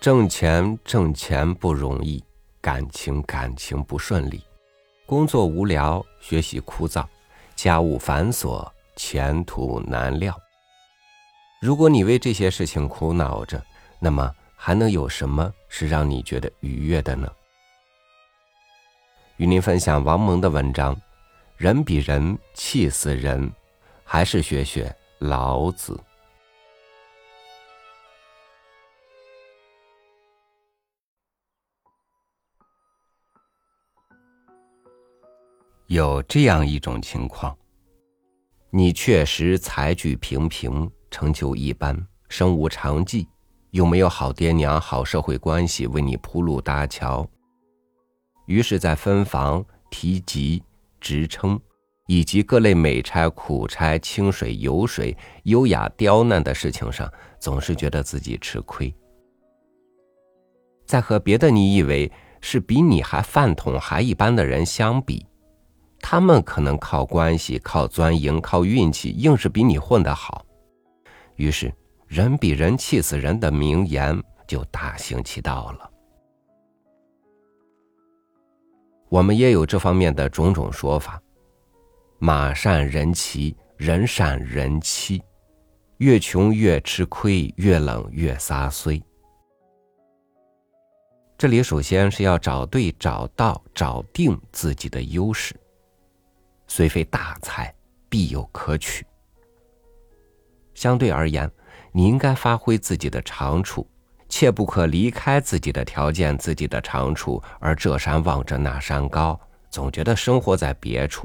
挣钱不容易，感情不顺利，工作无聊，学习枯燥，家务繁琐，前途难料。如果你为这些事情苦恼着，那么还能有什么是让你觉得愉悦的呢？与您分享王蒙的文章，人比人气死人，还是学学老子。有这样一种情况，你确实才具平平，成就一般，身无长技，又没有好爹娘好社会关系为你铺路搭桥，于是在分房、提级、职称以及各类美差、苦差、清水、油水、优雅、刁难的事情上，总是觉得自己吃亏。在和别的你以为是比你还饭桶还一般的人相比，他们可能靠关系、靠钻营、靠运气，硬是比你混得好。于是人比人气死人的名言就大行其道了。我们也有这方面的种种说法，马善人骑，人善人欺，越穷越吃亏，越冷越撒衰。这里首先是要找对、找到、找定自己的优势，虽非大才，必有可取。相对而言，你应该发挥自己的长处，切不可离开自己的条件、自己的长处，而这山望着那山高，总觉得生活在别处。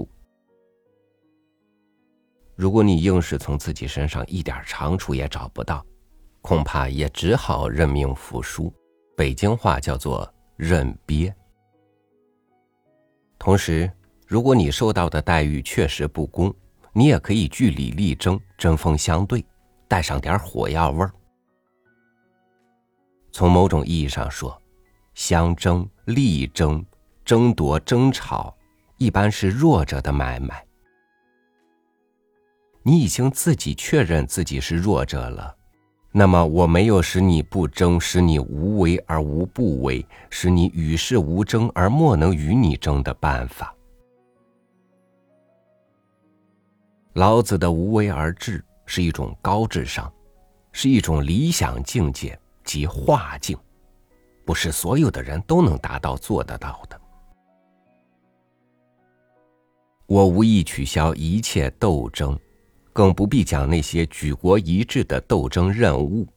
如果你硬是从自己身上一点长处也找不到，恐怕也只好认命服输，北京话叫做认憋。同时，如果你受到的待遇确实不公，你也可以据理力争，针锋相对，带上点火药味儿。从某种意义上说，相争、力争、争夺、争吵，一般是弱者的买卖。你已经自己确认自己是弱者了，那么我没有使你不争，使你无为而无不为，使你与世无争而莫能与你争的办法。老子的无为而治是一种高智商，是一种理想境界，即化境，不是所有的人都能达到做得到的。我无意取消一切斗争，更不必讲那些举国一致的斗争任务。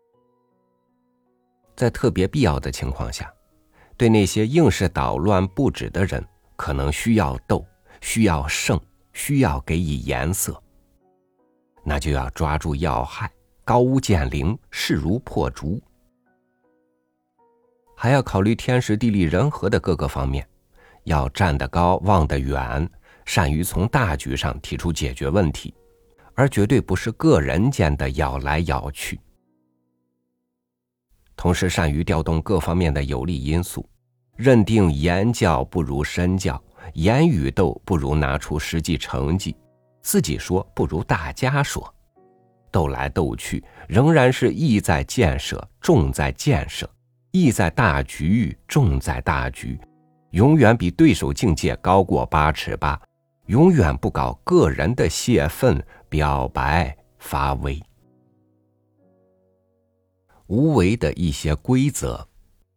在特别必要的情况下，对那些硬是捣乱不止的人，可能需要斗，需要胜，需要给予颜色，那就要抓住要害，高屋建瓴，势如破竹。还要考虑天时地利人和的各个方面，要站得高，望得远，善于从大局上提出解决问题，而绝对不是个人间的咬来咬去。同时善于调动各方面的有利因素，认定言教不如身教，言语斗不如拿出实际成绩，自己说不如大家说，斗来斗去，仍然是意在建设，重在建设，意在大局，重在大局，永远比对手境界高过8尺8，永远不搞个人的泄愤、表白、发威。无为的一些规则。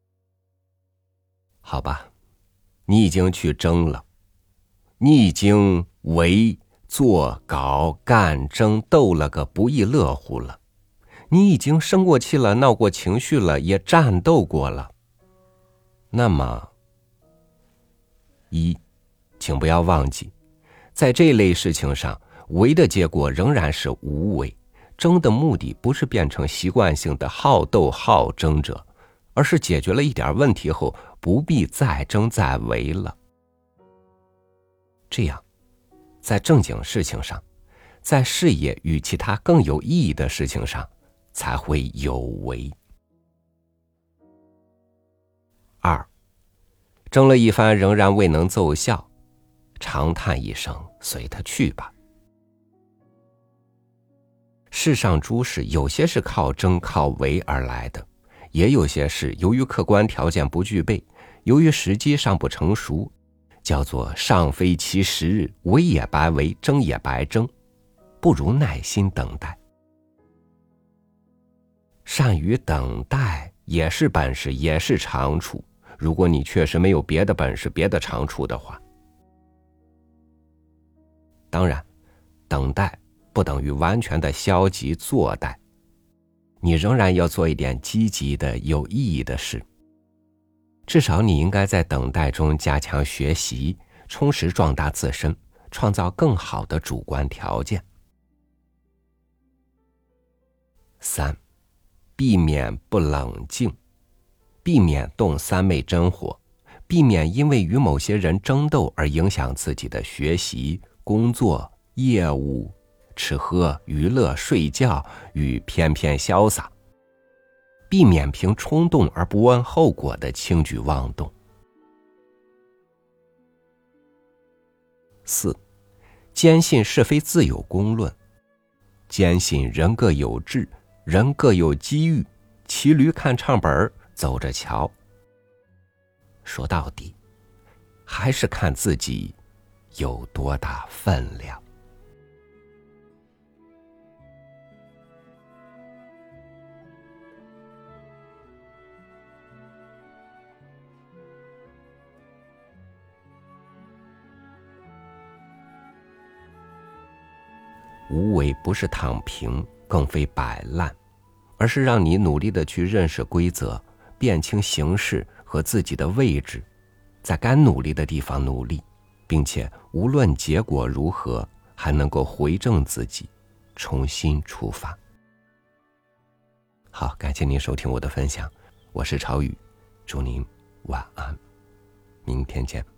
好吧，你已经去争了，你已经为、做、搞、干、争斗了个不亦乐乎了，你已经生过气了，闹过情绪了，也战斗过了。那么请不要忘记，在这类事情上，为的结果仍然是无为，争的目的不是变成习惯性的好斗好争者，而是解决了一点问题后，不必再争再为了。这样，在正经事情上，在事业与其他更有意义的事情上，才会有为。2，争了一番仍然未能奏效，长叹一声，随他去吧。世上诸事有些是靠争靠为而来的， 也有些事由于客观条件不具备，由于时机尚不成熟，叫做尚非其时，为也白为，争也白争，不如耐心等待。善于等待也是本事，也是长处。如果你确实没有别的本事、别的长处的话，当然，等待不等于完全的消极坐待，你仍然要做一点积极的、有意义的事。至少你应该在等待中加强学习，充实壮大自身，创造更好的主观条件。3. 避免不冷静，避免动三昧真火，避免因为与某些人争斗而影响自己的学习、工作、业务、吃喝、娱乐、睡觉与翩翩潇洒，避免凭冲动而不问后果的轻举妄动。4. 坚信是非自有公论，坚信人各有志，人各有机遇，骑驴看唱本，走着瞧。说到底，还是看自己有多大分量。无为不是躺平，更非摆烂，而是让你努力地去认识规则，辨清形势和自己的位置，在该努力的地方努力，并且无论结果如何，还能够回正自己，重新出发。好，感谢您收听我的分享，我是朝宇，祝您晚安，明天见。